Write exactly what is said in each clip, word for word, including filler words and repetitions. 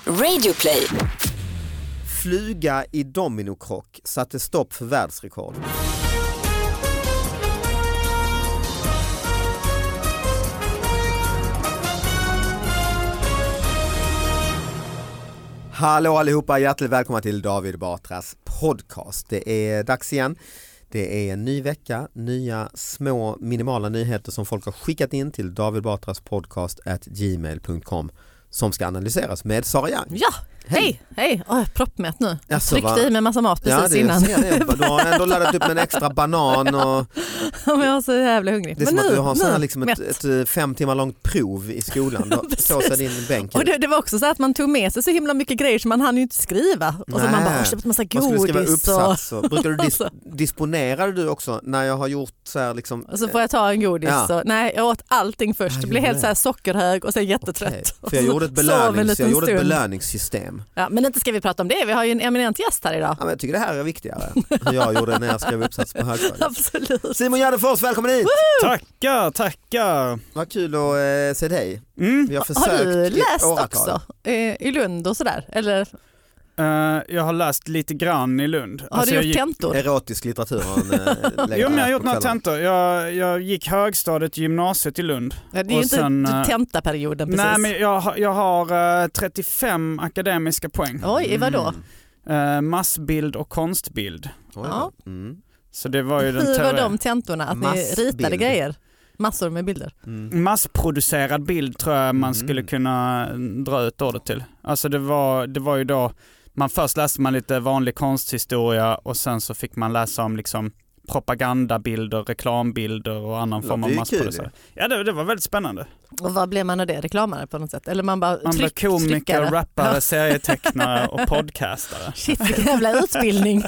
Radioplay. Flyga i dominokrock satte stopp för världsrekord. Hallå allihopa, hjärtligt välkomna till David Batras podcast. Det är dags igen. Det är en ny vecka, nya små minimala nyheter som folk har skickat in till davidbatraspodcast at gmail dot com som ska analyseras med Sara Young. Ja, hej, hej. Oh, proppmätt nu. Jag Alltså, tryckte va? i med massa mat precis ja, det innan. Det. Du har ändå laddat upp med en extra banan. Och Ja, men jag var så jävla hungrig. det är men som nu, att du har nu, sån här liksom ett, ett fem timmar långt prov i skolan. Då så sig din bänk. Och det, det var också så att man tog med sig så himla mycket grejer som man hann ju inte skriva. Och så Nej. man bara köpt massa godis. Man skulle skriva uppsats. Och... Och... Brukar du dis... disponerar du också när jag har gjort så här liksom... Och så får jag ta en godis. Ja. Och, nej, jag åt allting först. Ja, det blev helt så här sockerhög och sen jättetrött. Okay. För jag gjorde ett, belönings... jag gjorde ett belöningssystem. Ja, men inte ska vi prata om det. Vi har ju en eminent gäst här idag. Ja, men jag tycker det här är viktigare än jag gjorde när jag skrev uppsats på högstadiet. Absolut. Simon Gärdenfors, välkommen hit! Woo! Tackar, tackar! Vad kul att eh, se dig. Mm. Vi har försökt Har du läst i åratal. också eh, i Lund och sådär? Eller Uh, jag har läst lite grann i Lund. har alltså, du gjort gick... tentor? Erotisk litteratur. Eh, jo, men jag har gjort några tentor. Jag, jag gick högstadiet i gymnasiet i Lund. Ja, det är ju inte sen, uh... tentaperioden precis. Nej, men jag, jag har uh, trettiofem akademiska poäng. Oj, i vadå? Uh, massbild och konstbild. Oj, ja. Mm. Så det var ju den Hur var teori- de tentorna? Att Massbild. ni ritade grejer? Massor med bilder. Mm. Massproducerad bild tror jag man Mm. skulle kunna dra ut ordet till. Alltså det var, det var ju då, man först läste man lite vanlig konsthistoria och sen så fick man läsa om liksom propagandabilder, reklambilder och annan Ja, form det av är massproducerad. Ja, det, det var väldigt spännande. Och vad blev man av det? Reklamare på något sätt? Eller man bara Man blev tryck, komiker, tryckare? rappare, Ja. serietecknare och podcastare. Shit, vilken jävla utbildning.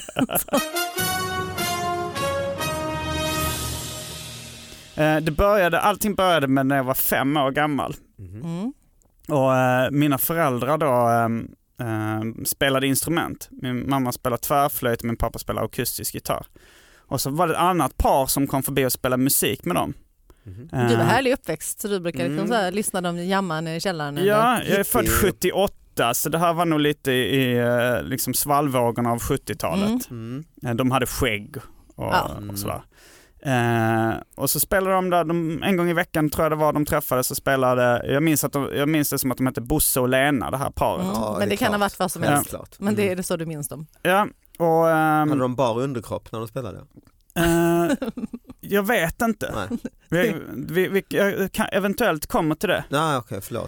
Eh, det började, allting började med när jag var fem år gammal. Mm. Och eh, mina föräldrar då eh, eh, spelade instrument. Min mamma spelade tvärflöjt och min pappa spelade akustisk gitarr. Och så var det ett annat par som kom förbi och spelade musik med dem. Mm. Du var härlig uppväxt så du brukade Mm. liksom så här, lyssna de jamman i källaren. Ja, eller? jag är född sjuttioåtta så det här var nog lite i eh, liksom svallvågorna av sjuttiotalet. Mm. Eh, De hade skägg och, Ja. och sådär. Eh, och så spelade de där, de, en gång i veckan tror jag det var de träffades och spelade, jag minns, att de, jag minns det som att de hette Bosse och Lena, det här paret. Mm. Ja, Men det det är kan klart. ha varit vad som Ja, helst. klart. Men det är Mm. det så du minns dem. Ja, och... ehm, Hade de bara underkropp när de spelade? eh, jag vet inte. Nej, Vi, vi, vi jag kan eventuellt kommer till det. Nej okej, förlåt.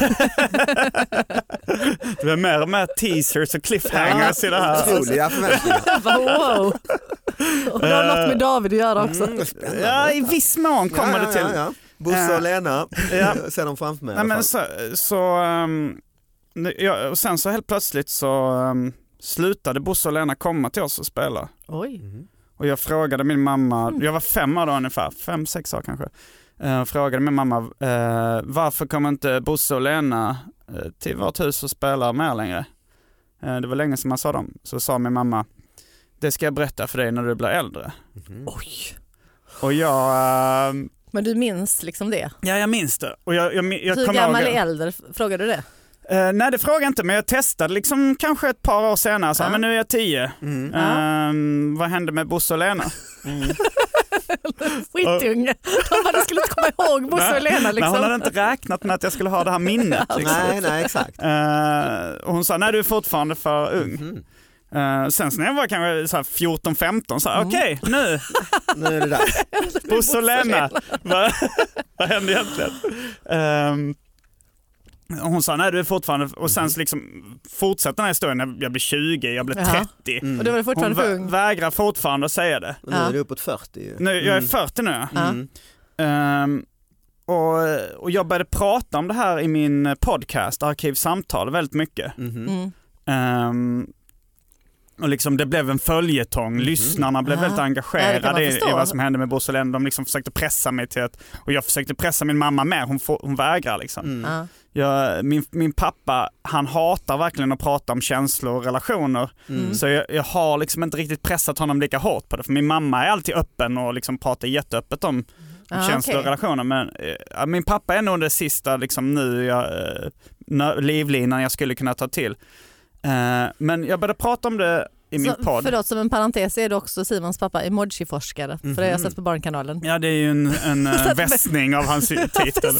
Det är mer och mer teasers och cliffhangers i det här. Otroliga förväntningar. Wow. Och det har något med David att göra också. Mm, spännande. Ja, i viss mån kommer ja, det till. Ja, ja. Bosse och Eh, Lena, ja. ser de framför mig. Nej, i alla men fall. så, så um, ja, och sen så helt plötsligt så um, slutade Bosse och Lena komma till oss och spela. Oj. Mhm. Och jag frågade min mamma, jag var fem år då ungefär, fem, sex år kanske. Uh, frågade min mamma, uh, varför kommer inte Bosse och Lena uh, till vårt hus och spelar mer längre? Uh, det var länge som man sa dem. Så sa min mamma, det ska jag berätta för dig när du blir äldre. Mhm. Oj. Och jag, uh, Men du minns liksom det? ja jag minns det. Och jag, jag, jag Hur kom gammal ihåg, är äldre? Frågade du det? Uh, nej det frågade jag inte, men jag testade liksom kanske ett par år senare. Så, Ja. men nu är jag tio. Mm. Uh, vad hände med Bosse och Lena? Mm. Skitunge. De hade skulle inte komma ihåg Bosse och Lena Nej, liksom. hon hade inte räknat med att jag skulle ha det här minnet. Liksom. Nej, nej, exakt. Uh, och hon sa, nej du är fortfarande för ung. Mhm. Uh, sen så när jag var kanske så här fjorton femton så Mm. okej okay, nu, Nu är det där. Bosse och Lena, vad, vad hände egentligen? Um, och hon sa, nej du är fortfarande, och sen så liksom fortsätter den här historien när jag blir tjugo, jag blir Jaha. trettio. Mm. Och du var Hon fortfarande för vä- ung. vägrar fortfarande att säga det. Och nu är det uppåt fyrtio ju. Nu, jag är Mm. fyrtio nu. Ja. Mm. Um, och, och jag började prata om det här i min podcast, Arkivsamtal, väldigt mycket. Mhm. Mm. Um, och liksom det blev en följetong. Lyssnarna blev Ja. väldigt Ja, det engagerade kan man i, i förstå. vad som hände med Bosse och Lena. De liksom försökte pressa mig till att, och jag försökte pressa min mamma med. Hon, får, hon vägrar liksom. Mm. Ja. Jag, min, min pappa, han hatar verkligen att prata om känslor och relationer. Mm. Så jag, jag har liksom inte riktigt pressat honom lika hårt på det. För min mamma är alltid öppen och liksom pratar jätteöppet om, om Ah, känslor och okej. relationer. Men eh, min pappa är nog det sista liksom nu jag, eh, livlinan jag skulle kunna ta till. Uh, men jag började prata om det i min så, podd. Förlåt, som en parentes är det också Simons pappa emoji-forskare. Mm-hmm. För det har jag sett på Barnkanalen. Ja, det är ju en, en uh, vässning av hans titel.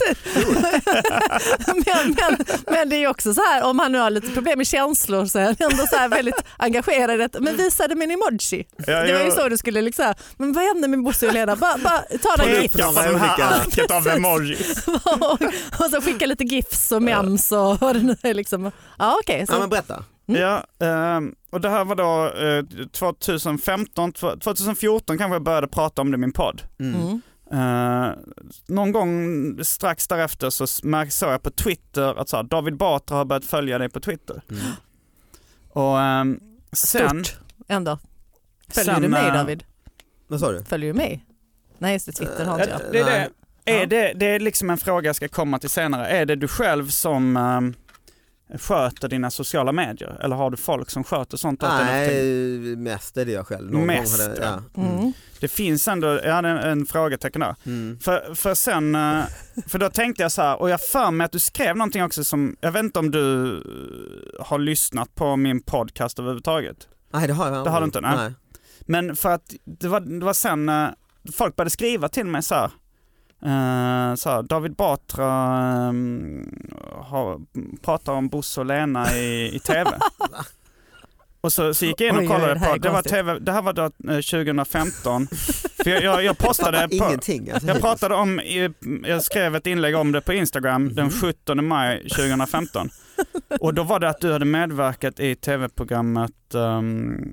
men, men, men det är ju också så här, om han nu har lite problem med känslor så är han ändå så här väldigt engagerad i detta. Men visa det med en emoji. Ja, det var ju jag... så du skulle liksom, men vad händer med Bosse och Lena? Bara, bara ta några gifs. Peka på den här arket av emojis. och så skicka lite gifs och mems och vad det nu är liksom. Ja, okej. Okay, ja, men berätta. Mm. Ja, och det här var då tjugohundrafemton, tjugohundrafjorton kanske jag började prata om det i min podd. Mm. Mm. Uh, någon gång strax därefter så såg jag på Twitter att så här, David Batra har börjat följa dig på Twitter. Mm. Och um, sen... Stort ändå. Följer sen, du mig, uh, David? Vad sa du? Följer du mig? Nej, just det, Twitter har inte jag. Det är, det, är ja. det, det är liksom en fråga jag ska komma till senare. Är det du själv som um, sköter dina sociala medier? Eller har du folk som sköter sånt? Nej, mest är det jag själv. Någon mest, gång hade, ja. Mm. Det finns ändå ja, en, en frågetecken där. Mm. För, för sen, för då tänkte jag så här, och jag för mig att du skrev någonting också som, jag vet inte om du har lyssnat på min podcast överhuvudtaget. Nej, det har jag. Det har du inte, nej. nej. Men för att det var, det var sen, folk började skriva till mig så här, Uh, så här, David Batra um, har, pratar om Bosse och Lena i, i tv. Och så, så gick jag in och Oj, kollade oj, det här på, är det var, konstigt. T V, det här var då uh, tjugohundrafemton. För jag, jag, jag postade på, Ingenting. Alltså, jag pratade om, jag skrev ett inlägg om det på Instagram den sjuttonde maj tjugohundrafemton. Och då var det att du hade medverkat i tv-programmet um,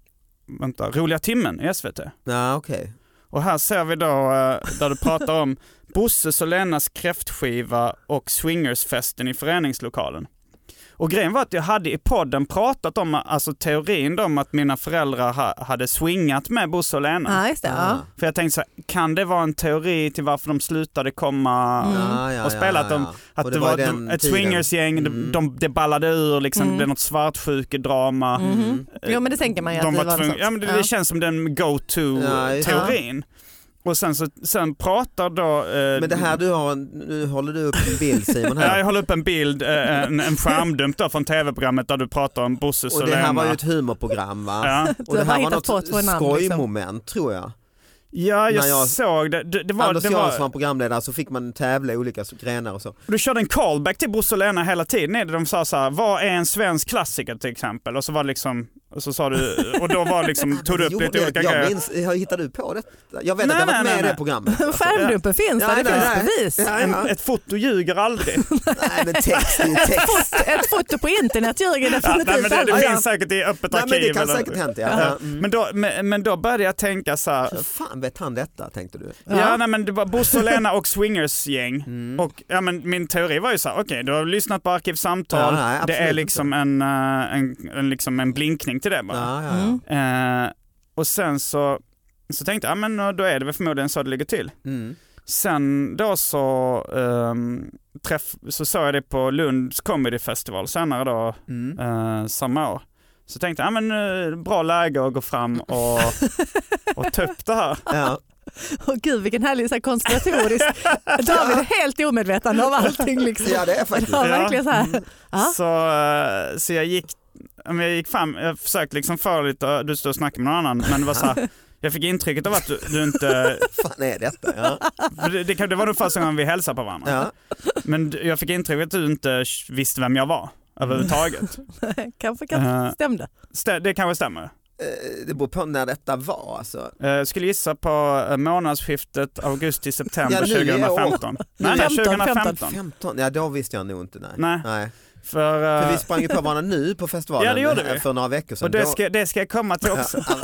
vänta, Roliga timmen i S V T. Ja, okej. Okay. Och här ser vi då uh, där du pratar om Bosses och Lenas kräftskiva och swingersfesten i föreningslokalen. Och grejen var att jag hade i podden pratat om alltså, teorin om att mina föräldrar ha, hade swingat med Bosse och Lena. Ja, just det, ja. För jag tänkte så här, kan det vara en teori till varför de slutade komma Mm. Ja, ja, och spela? Att, de, ja, ja. att Och det, det var, var de, den ett tiden. swingersgäng, Mm. de, de, det ballade ur, liksom, Mm. det blev något svartsjukedrama. Mm. Jo, men det tänker man ju De att det var var tvung, något ja, men det, sånt. det känns som den Ja, go-to-teorin. Och sen, så, sen pratar då... Eh, Men det här du har, nu håller du upp en bild Simon här. Ja, jag håller upp en bild, eh, en, en skärmdump då från tv-programmet där du pratar om Bosse och Och det här Lena. var ju ett humorprogram va? Ja, Och Du det har här var hittat på något två namn, skojmoment tror jag. ja jag, När jag- såg det. Det, det var, Anders det Jansson var, var programledare så fick man tävla i olika grenar och så. du körde en callback till Bosse och Lena hela tiden. De sa så här, vad är en svensk klassiker till exempel? Och så var det liksom, och så sa du, och då var liksom, tog du upp Jo, lite jag, olika jag grejer. minns, jag hittar du på detta? Jag vet Nej, att jag nej, varit med nej, i det nej. programmet. Alltså. Skärmdumpen finns Ja, där, det nej, finns nej. bevis. Ja, En, ja. ett foto ljuger aldrig. Nej men text är ju text. Ett foto på internet ljuger Ja, definitivt nej, men det, det aldrig. finns säkert i öppet Nej arkiv. men det kan eller- säkert hänt ja. Ja. Ja. Mm. Men, då, men, men då började jag tänka så här. Hur fan vet han detta tänkte du? Ja, Ja. nej, men det var Bosse och Lena och swingersgäng. Mm. Och ja, men min teori var ju så här, okej, okay, du har lyssnat på Arkivsamtal, Ja, nej, det är absolut liksom en, eh, en, en, liksom en blinkning till det bara. Ja, ja, ja. Mm. Eh, och sen så, så tänkte jag, ja, men då är det väl förmodligen så det ligger till. Mm. Sen då så, um, träff, så såg jag det på Lunds Comedy Festival senare då, Mm. eh, samma år. Så tänkte jag, ja, men eh, bra läge att gå fram och, och ta upp det här. Ja. Åh gud, vilken härlig så här konspiratorisk. David är helt omedveten av allting. Liksom. Ja det är faktiskt. Ja, Ja. verkligen så här. Ja. Så, eh, så jag gick, men jag gick fram, jag försökte liksom få lite, du står och snackar med någon annan, men det var så här, jag fick intrycket av att du, du inte, Fan är detta? Ja. för det, det, kan- det var nog första gången vi hälsade på varandra, Ja. men d- jag fick intrycket att du inte visste vem jag var överhuvudtaget. Kanske kanske Eh. stämde. Stä, det kanske stämmer. Eh, Det beror på när detta var alltså. Eh, Jag skulle gissa på eh, månadsskiftet augusti-september Ja, nu i år. tjugohundrafemton. Nej, nej, femton, tjugohundrafemton. femton, ja då visste jag nog inte nej. Nej. nej. För, eh, För vi sprang ju på varandra nu på festivalen Ja, det gjorde vi. för några veckor sedan. och det Då- ska, det ska jag komma till också. Ja,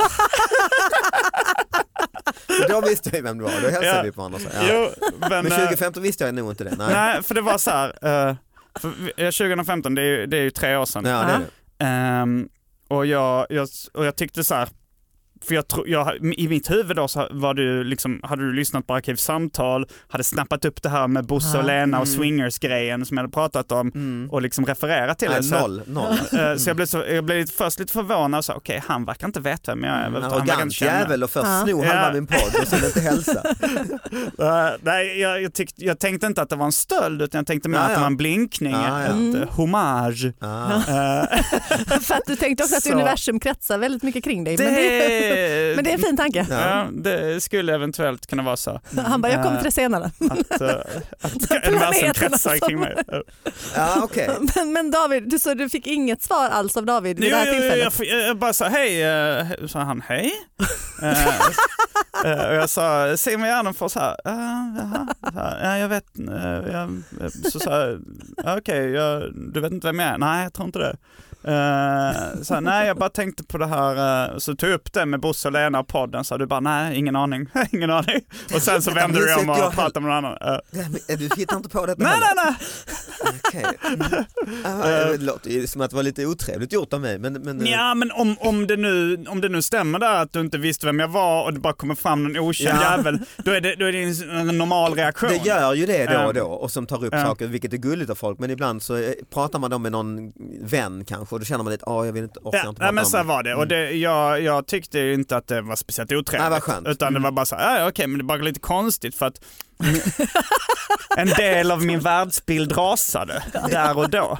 då visste jag ju vem det var, då hälsade Ja. vi på varandra. Så, ja. Jo, men, Men eh, tjugohundrafemton visste jag nog inte det. Nej. nej, för det var så här, eh, för, vi- eh, tjugohundrafemton, det är, ju, det är ju tre år sedan. Ja, det är det. Ehm, och, jag, jag, och jag tyckte så här, för jag tror, jag, i mitt huvud då så var du liksom, hade du lyssnat på Arkivsamtal, hade snappat upp det här med Bosse och Lena och swingers-grejen som jag hade pratat om mm. och liksom refererat till Nej, det. Så, noll, noll. så jag blev, så, jag blev först lite förvånad och sa, okej, okay, han verkar inte veta vem jag är. Mm, han verkar inte jävel och först ja. sno halva ja. min podd och sen inte hälsa. uh, nej, jag, jag, tyck, jag tänkte inte att det var en stöld, utan jag tänkte mer ja, ja. att det var en blinkning, ja, ja. ett mm. hommage. Ja. Uh, För att du tänkte också att så, universum kretsar väldigt mycket kring dig. Det, men, det, men det är en fin tanke. Ja. Ja, det skulle eventuellt kunna vara så. Han bara, jag kommer till det senare. Att, uh, att universum kretsar kring mig. Ja, okay. men, men David, du, så du fick inget svar alls av David vid jo, det här tillfället? Jag, jag, jag bara sa, hej, uh, sa han, hej. uh, uh, och jag sa, Simon Gärdenfors här. Uh, jaha, ja, jag vet. Uh, jag, så sa jag, okej, okay, du vet inte vem jag är? Nej, jag tror inte det. Uh, så nej, jag bara tänkte på det här, uh, så tog jag upp det med Bosse och Lena och podden, så du bara, nej, ingen aning, ingen aning. Och sen så vände du om och pratade med någon annan. Uh. Du hittar inte på det? Nej, nej, nej. Okej. Det låter ju som att det var lite otrevligt gjort av mig. Men, men, ja, men om, om, det nu, om det nu stämmer där att du inte visste vem jag var och det bara kommer fram någon okänd ja. jävel, då är, det, då är det en normal reaktion. Det gör ju det då och då, och som tar upp uh. saker, vilket är gulligt av folk, men ibland så pratar man då med någon vän kanske, och då känner man lite, ja, jag vill inte, orkar ja, inte prata men om så det. var det, och det, jag, jag tyckte inte att det var speciellt otrevligt, nej, utan mm. det var bara så här, ja, okej, men det är bara lite konstigt för att en del av min världsbild rasade där och då.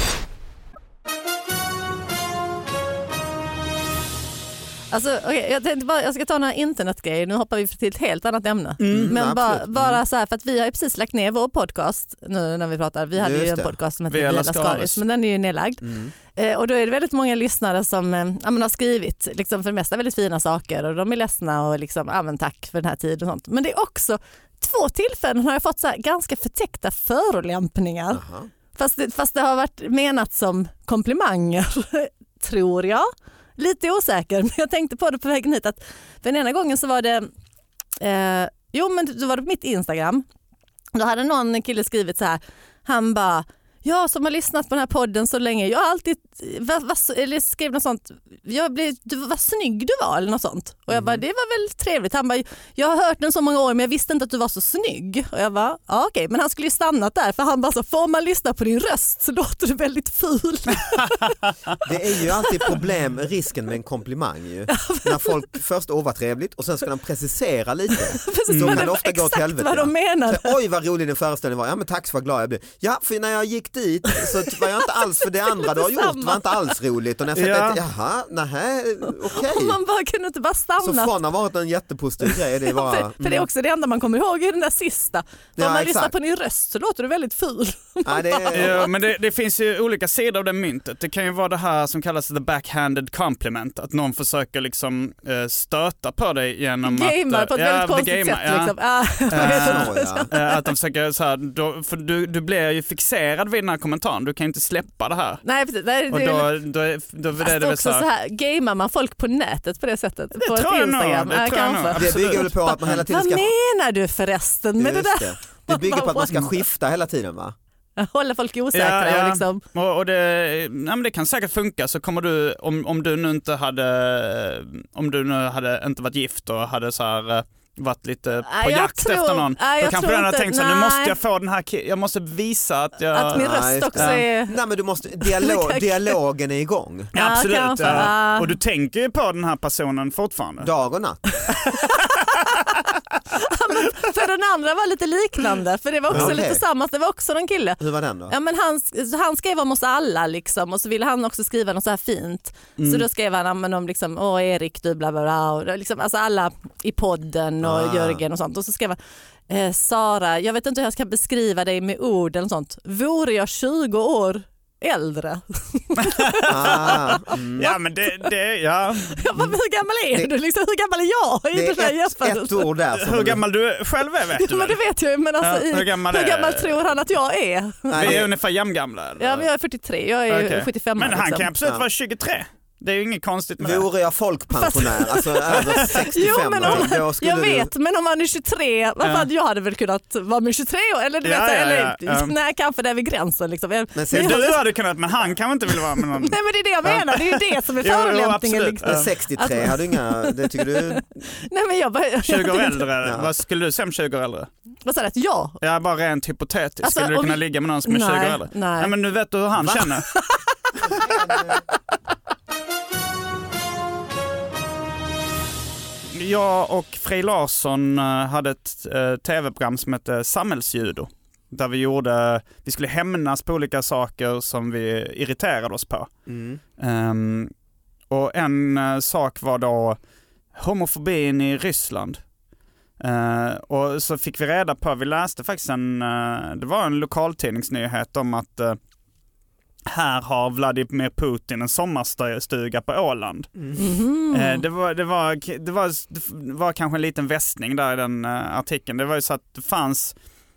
Alltså, okay, jag, tänkte bara, jag ska ta några internetgrejer, nu hoppar vi till ett helt annat ämne. Mm, men ja, bara, bara så här, för att vi har ju precis lagt ner vår podcast nu när vi pratar. Vi hade ju en podcast som heter Via Lascaris, men den är ju nedlagd. Mm. Eh, och då är det väldigt många lyssnare som eh, ja, men har skrivit liksom, för det mesta väldigt fina saker, och de är ledsna och liksom, ja, men tack för den här tiden och sånt. Men det är också två tillfällen har jag fått så här, ganska förtäckta förolämpningar. Uh-huh. Fast, det, fast det har varit menat som komplimanger, tror jag. Lite osäker, men jag tänkte på det på vägen hit att för den ena gången så var det eh, jo men då var det på mitt Instagram. Då hade någon kille skrivit så här, han bara, jag som har lyssnat på den här podden så länge, jag har alltid va, va, eller skrev något sånt, jag blev, du, vad snygg du var eller något sånt. Och jag bara, mm. det var väl trevligt. Han bara, jag har hört den så många år men jag visste inte att du var så snygg. Och jag bara, ja okej, okay. Men han skulle ju stannat där, för han bara så, får man lyssna på din röst så låter du väldigt ful. Det är ju alltid problem med risken med en komplimang ju. När folk först, åh vad trevligt, och sen ska de precisera lite. Precis, så kan det ofta gå till helvete. Vad de menar. Så, oj vad rolig din föreställning var, ja men tack så vad glad jag blev. Ja, för när jag gick dit så var jag inte alls, för det andra du har gjort var inte alls roligt, och när jag ja. tänkte, jaha, nej, okej. Okay. Man bara kunde inte bara stanna. Så från har varit en jättepositiv grej. Det är bara, för, för det är också det enda man kommer ihåg i den där sista. Om ja, man lyssnar på din röst så låter du väldigt ful. Ja, det är... ja, men det, det finns ju olika sidor av det myntet. Det kan ju vara det här som kallas the backhanded compliment. Att någon försöker liksom uh, stöta på dig genom gamer att... på ett ja, väldigt konstigt gamer, sätt. ja. Liksom. Ah, uh, uh, att de försöker så här, då, för du, du blir ju fixerad vid den här kommentaren. Du kan inte släppa det här. Nej, precis. Nej, och då, då, då, då är det väl så här. Så här, gamer man folk på nätet på det sättet? Det på tror jag Instagram. nog. Det, tror jag nog. Det bygger väl på att man hela tiden ska... Vad menar du förresten med det där? Det. det bygger på att man ska skifta hela tiden, va? Hålla folk osäkra. Ja, ja. Och liksom. och, och det, ja, men det kan säkert funka. Så kommer du, om, om du nu inte hade om du nu hade inte varit gift och hade så här varit lite på jag jakt tror, efter någon. Nej, då kanske du hade tänkt så, nu måste jag få den här, jag måste visa att jag... Att min röst nej, också är... Nej, men du måste, dialog, dialogen är igång. Ja, absolut. Ja, ja. Och du tänker ju på den här personen fortfarande. Dag och natt. För den andra var lite liknande, för det var också okay. lite samma, det var också någon kille. Hur var den då? Ja, men han, han skrev om oss alla liksom, och så ville han också skriva något så här fint. Mm. Så då skrev han om liksom, åh Erik du bla bla bla, och liksom, alltså alla i podden och ah. Jörgen och sånt. Och så skrev han, eh, Sara, jag vet inte hur jag ska beskriva dig med ord eller sånt. Vore jag tjugo år äldre? ah, mm. Ja, men det, det ja. Ja, men hur gammal är det, du? Liksom, hur gammal är jag? Det är ett, ett ord där. Hur gammal du själv är, vet ja, du men det vet jag, men alltså, ja, hur gammal, hur gammal är... tror han att jag är? Vi är ungefär jämngamla. Ja, men jag är fyrtiotre, jag är okay. sjuttiofem. Men han liksom. kan absolut ja. vara tjugotre. Det är ju inget konstigt med Vore jag folkpensionär, alltså över sextiofem jo, men om, då skulle jag vet, du... men om man är tjugotre, vad fan, jag hade väl kunnat vara med tjugotre år, eller du Ja, vet, ja, eller ja, um, nej, kanske det är vid gränsen liksom. Men sen, du hade kunnat, men han kan inte vilja vara med någon. Nej, men det är det jag menar, det är ju det som är förolämpningen. Liksom. Men sextiotre, alltså, hade du inga, det tycker du? Nej, men jag bara, tjugo år äldre, ja. Vad skulle du säga om tjugo år äldre? Vad sa du, att jag? Ja, bara rent hypotetiskt. Alltså, skulle du kunna vi... ligga med någon som är nej, tjugo år äldre? Nej. Nej, men nu vet du hur han Va? känner. Jag och Frej Larsson hade ett eh, tv-program som hette Samhällsjudo. Där vi gjorde, vi skulle hämnas på olika saker som vi irriterade oss på. Mm. Um, och en uh, sak var då homofobin i Ryssland. Uh, och så fick vi reda på, vi läste faktiskt en, uh, det var en lokaltidningsnyhet om att uh, här har Vladimir Putin en sommarstuga på Åland. Mm. Uh, det, var, det, var, det, var, det var kanske en liten västning där i den uh, artikeln. Det var ju så att det fanns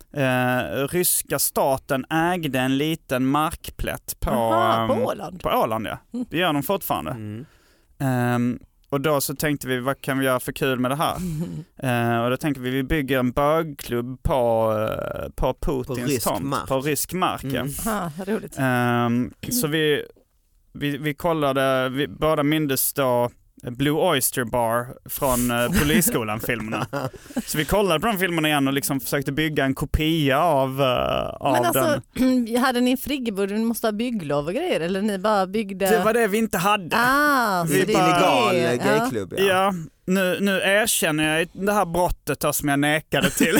uh, ryska staten ägde en liten markplätt på, Aha, på um, Åland. På Åland, ja. Det gör de fortfarande. Mm. Um, och då så tänkte vi, vad kan vi göra för kul med det här? Uh, och då tänkte vi, vi bygger en bögklubb på, uh, på Putins på rysk tomt. mark. På rysk mark, mm. ja. Aha, roligt. Um, så vi, vi, vi kollade, vi båda mindes då Blue Oyster Bar från uh, Polisskolan-filmerna. Så vi kollade på de filmerna igen och liksom försökte bygga en kopia av, uh, av Men alltså, den. hade ni friggebod, ni måste ha bygglov och grejer, eller ni bara byggde? Det var det vi inte hade. Ah, Det är en det illegal det. gayklubb. Ja, Ja. ja nu, nu erkänner jag det här brottet då, som jag nekade till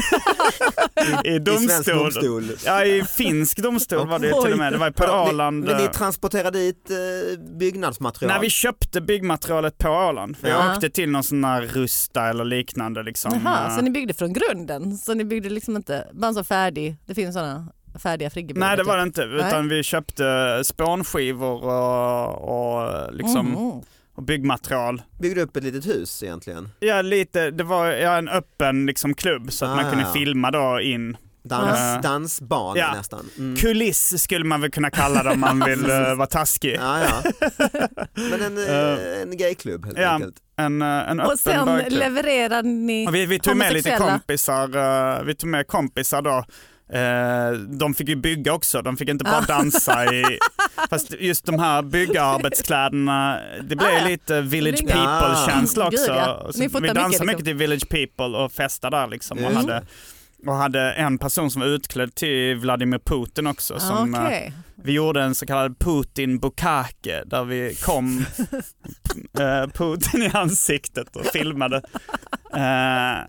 i, i domstol. I svensk domstol. Ja, i finsk domstol var det till och med. Det var på Ja, Åland. Men, men ni transporterade dit eh, byggnadsmaterial? När vi köpte byggmaterialet på Åland. Vi Ja. åkte till någon sån här Rusta eller liknande. Liksom. Jaha, så ni byggde från grunden? Så ni byggde liksom inte, bara så färdig, det finns sådana färdiga friggebod? Nej, det var det inte. Utan vi köpte spånskivor och, och liksom... Mm. Och byggmaterial. Byggde upp ett litet hus egentligen? Ja, lite. Det var ja, en öppen liksom, klubb så att ah, man kunde ja. filma då in. Dans, uh, dansban ja. nästan. Mm. Kuliss skulle man väl kunna kalla det om man vill uh, vara taskig. Ja, ja. Men en, uh, en gayklubb helt ja, enkelt. En, en öppen och sen bögklubb. levererade ni och vi, vi tog med lite homosexuella. kompisar. Uh, vi tog med kompisar då. Uh, de fick ju bygga också. De fick inte bara dansa i... Fast just de här byggarbetskläderna, det blev Ah, ja. lite Village Ja. People-känsla också. Gud, ja. Så Ni vi fotar dansade mycket, mycket liksom. till Village People och festade där liksom. Och Mm. hade, och hade en person som var utklädd till Vladimir Putin också. Som, Ah, okay. uh, vi gjorde en så kallad Putin Bukake där vi kom uh, Putin i ansiktet och filmade. Uh,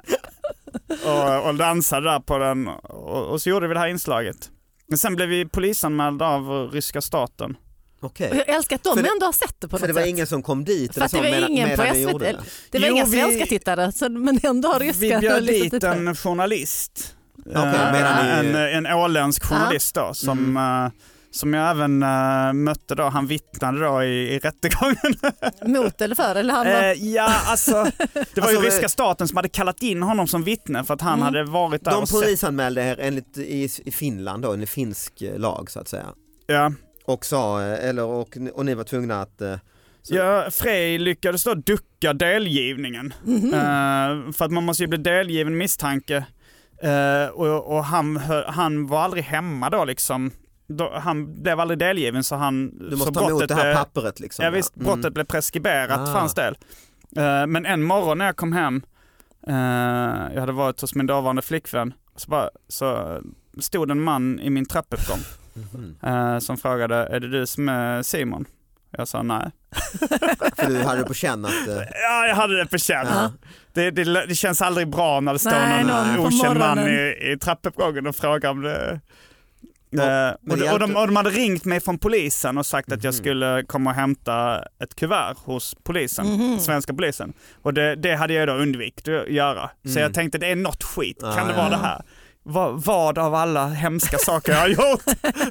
och, och dansade där på den och, och så gjorde vi det här inslaget. Men sen blev vi polisanmälda av ryska staten. Okej. Och jag älskar att de För det- ändå har sett det på För något det var sätt. ingen som kom dit För eller att det så var medan, ingen på medan ni S V T. gjorde det? Det var Jo, inga vi- svenska tittare, så, men ändå har ryska Vi bjöd listat dit ut det. en journalist. Okej, Eh, medan ni- en, en åländsk journalist då, som, Mm. eh, som jag även eh, mötte då. Han vittnade då i, i rättegången. Mot eller för? Eller han var... Eh, ja, alltså, det var ju Alltså, ryska eh, staten som hade kallat in honom som vittne för att han Mm. hade varit där De och sett. polisanmälde er enligt i, i Finland då, en finsk eh, lag så att säga. Ja. Och sa, eh, eller och, och ni var tvungna att... eh, Så- Ja, Frej lyckades då ducka delgivningen. Mhm. Eh, för att man måste ju bli delgiven misstanke. Eh, och och han, hö- han var aldrig hemma då liksom. Då, han blev aldrig delgiven så han... Du måste så ta emot det här blev- pappret liksom. Ja visst, Mm. brottet blev preskriberat Ah. för hans del. Eh, men en morgon när jag kom hem, eh, jag hade varit hos min dåvarande flickvän, så, bara, så stod en man i min trappuppgång Mhm. eh, som frågade, är det du som är Simon? Jag sa nej. För du hade på känn att... eh, Ja, jag hade det på känn. Ja. Det, det, det känns aldrig bra när det står Nej, någon, någon på okänd man morgonen. i, i trappuppgången och frågar om det. Ja, Eh, men och, det de, och, de, hjälpte- och de hade ringt mig från polisen och sagt att jag Mhm. skulle komma och hämta ett kuvert hos polisen, Mhm. svenska polisen. Och det, det hade jag då undvikit att göra. Så Mm. jag tänkte det är något skit, Ah, kan det ja. vara det här? Vad, vad av alla hemska saker jag har gjort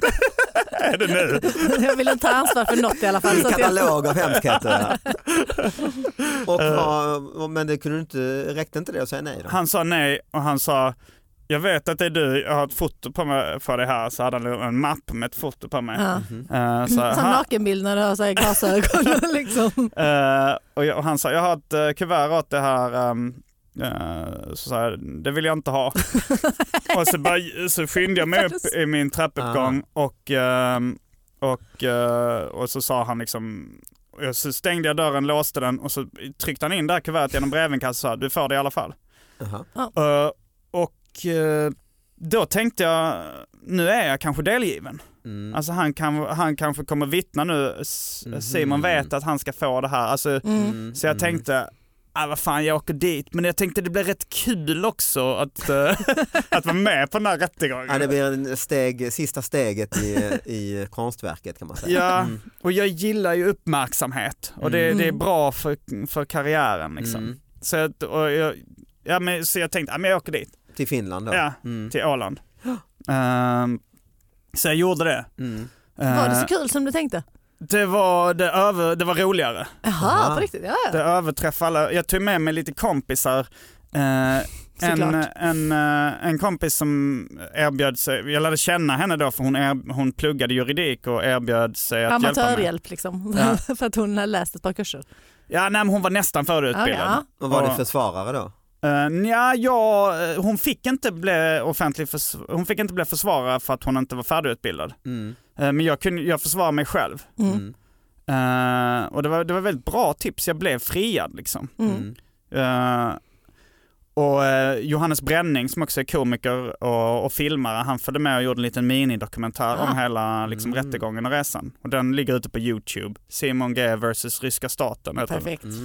är det nu? Jag vill inte ta ansvar för något i alla fall. En Så att jag... katalog av hemskheter. Och vad, men det kunde du inte, räckte inte det att säga nej då? Han sa nej och han sa Jag vet att det är du, jag har ett foto på mig för det här, så hade han en mapp med ett foto på mig. Ja. Uh, så, Som nakenbild när du har så här glasögon. liksom. uh, och, jag, och han sa, jag har ett uh, kuvert åt det här, um, uh, så, så här, det vill jag inte ha. Och så, bara, så skyndade jag mig upp i min trappuppgång och, uh, och, uh, och så sa han liksom, så stängde jag dörren, låste den och så tryckte han in där kuvertet genom brevinkast och sa, du får det i alla fall. Uh-huh. Uh, och uh, då tänkte jag, nu är jag kanske delgiven. Mm. Alltså han, kan, han kanske kommer vittna nu. Simon mm. vet att han ska få det här. Alltså, mm. Så jag tänkte, ah, vad fan, jag åker dit. Men jag tänkte det blir rätt kul också att, uh, att vara med på den här rättegången. Ja, det blir en steg, sista steget i, i konstverket kan man säga. Ja, mm. och jag gillar ju uppmärksamhet. Och det, mm. det är bra för, för karriären liksom. Mm. Så, jag, och jag, ja, men, så jag tänkte, ja, men jag åker dit. Till Finland då? Ja, mm. till Åland. Uh, så jag gjorde det. Mm. Uh, var det så kul som du tänkte? Det var, det över, det var roligare. Jaha, på riktigt? Ja, ja. Det överträffade. Jag tog med mig lite kompisar. Uh, en, en, uh, en kompis som erbjöd sig, jag lärde känna henne då för hon, er, hon pluggade juridik och erbjöd sig att hjälpa mig. Amatörhjälp liksom, ja. För att hon hade läst ett par kurser. Ja, nej, men hon var nästan förutbildad. Ja, ja. Och var det försvarare då? Uh, ja, ja, hon fick inte bli offentlig förs- hon fick inte bli försvarare för att hon inte var färdigutbildad. Mm. Uh, men jag kunde jag försvarade mig själv. Mm. Uh, och det var det var väldigt bra tips. Jag blev friad liksom. Mm. Uh, och uh, Johannes Bränning som också är komiker och, och filmare, han följde med och gjorde en liten minidokumentär ah. om hela liksom, mm. rättegången och resan. Och den ligger ute på YouTube. Simon G versus ryska staten. Perfekt. Mm.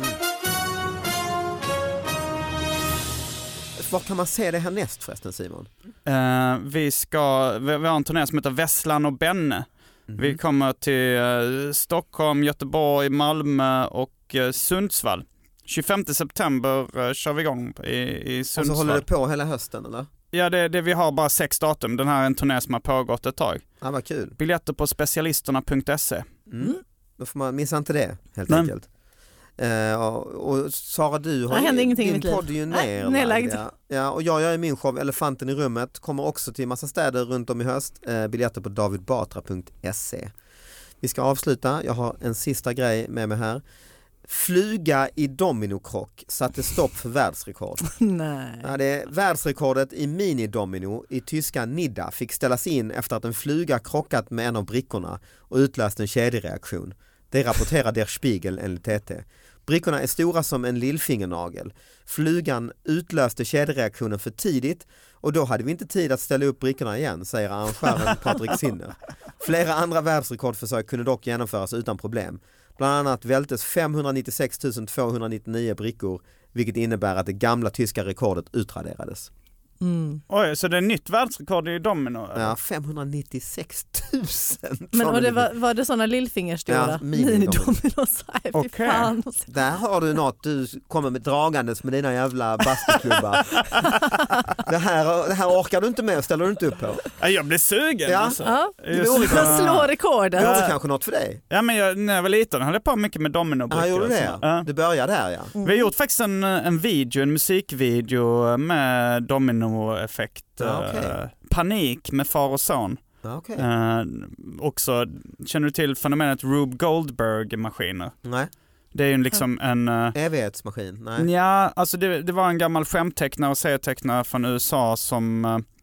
Var kan man se det här näst förresten, Simon? Uh, vi ska, vi, vi har en turné som heter Vesslan och Benne. Mm. Vi kommer till uh, Stockholm, Göteborg, Malmö och uh, Sundsvall. tjugofemte september uh, kör vi igång i, i Sundsvall. Och så håller det på hela hösten, eller? Ja, det, det vi har bara sex datum. Den här är en turné som har pågått ett tag. Ja, vad kul. Biljetter på specialisterna punkt se. Mm. Då får man missa inte det, helt Nej. enkelt. Uh, och, och Sara, du har ju, din podd är ju ner, nedlagd. Ja. Ja, och jag gör ju min show Elefanten i rummet, kommer också till massa städer runt om i höst. Uh, biljetter på david batra punkt se. Vi ska avsluta, jag har en sista grej med mig här. Flyga i dominokrock satte stopp för världsrekord. Nej. Ja, det är världsrekordet i minidomino i tyska Nidda fick ställas in efter att en fluga krockat med en av brickorna och utlöst en kedjereaktion. Det rapporterar Der Spiegel enligt T T. Brickorna är stora som en lillfingernagel. Flugan utlöste kedjereaktionen för tidigt och då hade vi inte tid att ställa upp brickorna igen, säger arrangören Patrik Sinner. Flera andra världsrekordförsök kunde dock genomföras utan problem. Bland annat vältes femhundranittiosex tusen tvåhundranittionio brickor, vilket innebär att det gamla tyska rekordet utraderades. Mm. Oj, så det är nytt världsrekord i domino? Eller? Ja, femhundranittiosex tusen. Men och det var, var det sådana lillfingerstora ja, mini-dominos? Okay. Där har du något, du kommer med dragandes med dina jävla bastuklubbar. det, här, det här orkar du inte med och ställer du inte upp på. Ja, jag blir sugen. Ja. Alltså. Ja. Du ska slå rekordet. Det var kanske något för dig. Ja, men jag, när jag var liten höll jag på mycket med dominobrickor. Ja, gjorde det. Ja. Du började där, ja. Mm. Vi har gjort faktiskt en, en video, en musikvideo med domino effekt, ja, okay. uh, panik med far och son. Okay. Uh, också, känner du till fenomenet Rube Goldberg-maskiner? Nej. Det är ju liksom en... Uh, evighetsmaskin? Nej. Ja, alltså det, det var en gammal skämttecknare och serietecknare från U S A som,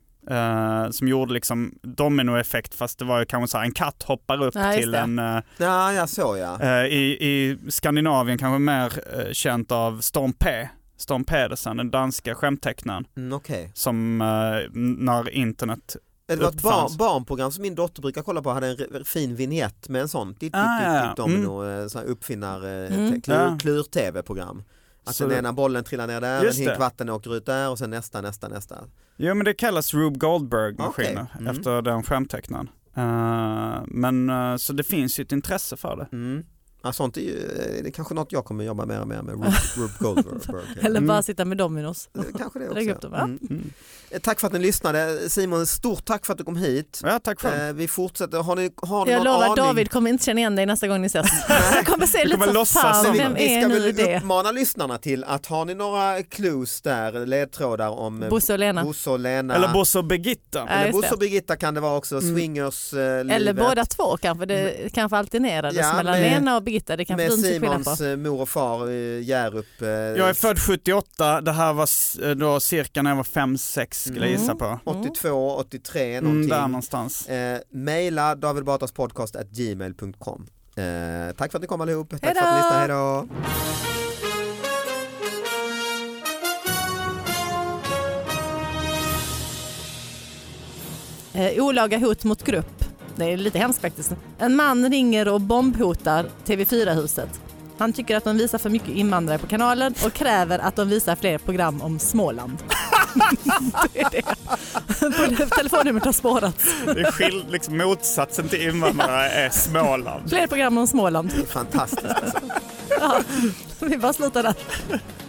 uh, som gjorde liksom dominoeffekt, fast det var ju kanske så här, en katt hoppar upp ja, till en... Uh, ja, jag såg ja. Uh, i, I Skandinavien kanske mer uh, känt av Storm P. Storm Pedersen, den danska skämttecknaren. Mm, okay. Som uh, när internet det var ett bar- barnprogram som min dotter brukar kolla på, hade en r- fin vignett med en sån ditt, ah, ditt, ja, ditt, domino, mm. så här uppfinnar mm. t- klur, klur-tv-program. Att så den ena bollen trillar ner där, en hink vatten åker ut där och sen nästa, nästa, nästa. Jo, men det kallas Rube Goldberg-maskiner okay. mm. efter den skämttecknaren. Uh, men uh, så det finns ju ett intresse för det. Mm. Ja, sånt är ju det är kanske något jag kommer jobba mer och mer med. Rube Goldberg. Eller bara sitta med Dominos. Kanske det också. också. Mm. Mm. Tack för att ni lyssnade. Simon, stort tack för att du kom hit. Ja, tack själv. Eh, vi fortsätter. Har ni, har ni jag någon lovar, aning? David kommer inte känna igen dig nästa gång ni ses. Jag kommer se lite kommer så fan, vi, vem vi är ska nu väl det? uppmana lyssnarna till att har ni några clues där, ledtrådar om Bosse och Lena. Bosse och Lena. Eller Bosse och Birgitta. Eller Bosse och Birgitta kan det vara också. Mm. Swingers-livet. Eller båda två kanske. Det kanske alternerades ja, mellan med, Lena och Birgitta. Det kan med Simons mor och far Hjärup. Jag är född sjuttioåtta. Det här var då cirka när jag var fem sex skulle jag gissa på. åttiotvå, åttiotre någonting. Mm, där någonstans. Eh, maila david batras podcast at gmail dot com. Eh, tack för att ni kom allihop. Tack Hejdå! för att ni lyssnade. Hej då! Eh, olaga hot mot grupp. Det är lite hemskt faktiskt. En man ringer och bombhotar T V fyra-huset. Han tycker att de visar för mycket invandrare på kanalen och kräver att de visar fler program om Småland. Det är det. Telefonnumret har spårats. Det är skild, liksom motsatsen till invandrare är Småland. Fler program om Småland. Det är fantastiskt alltså. Ja, vi bara slutar där.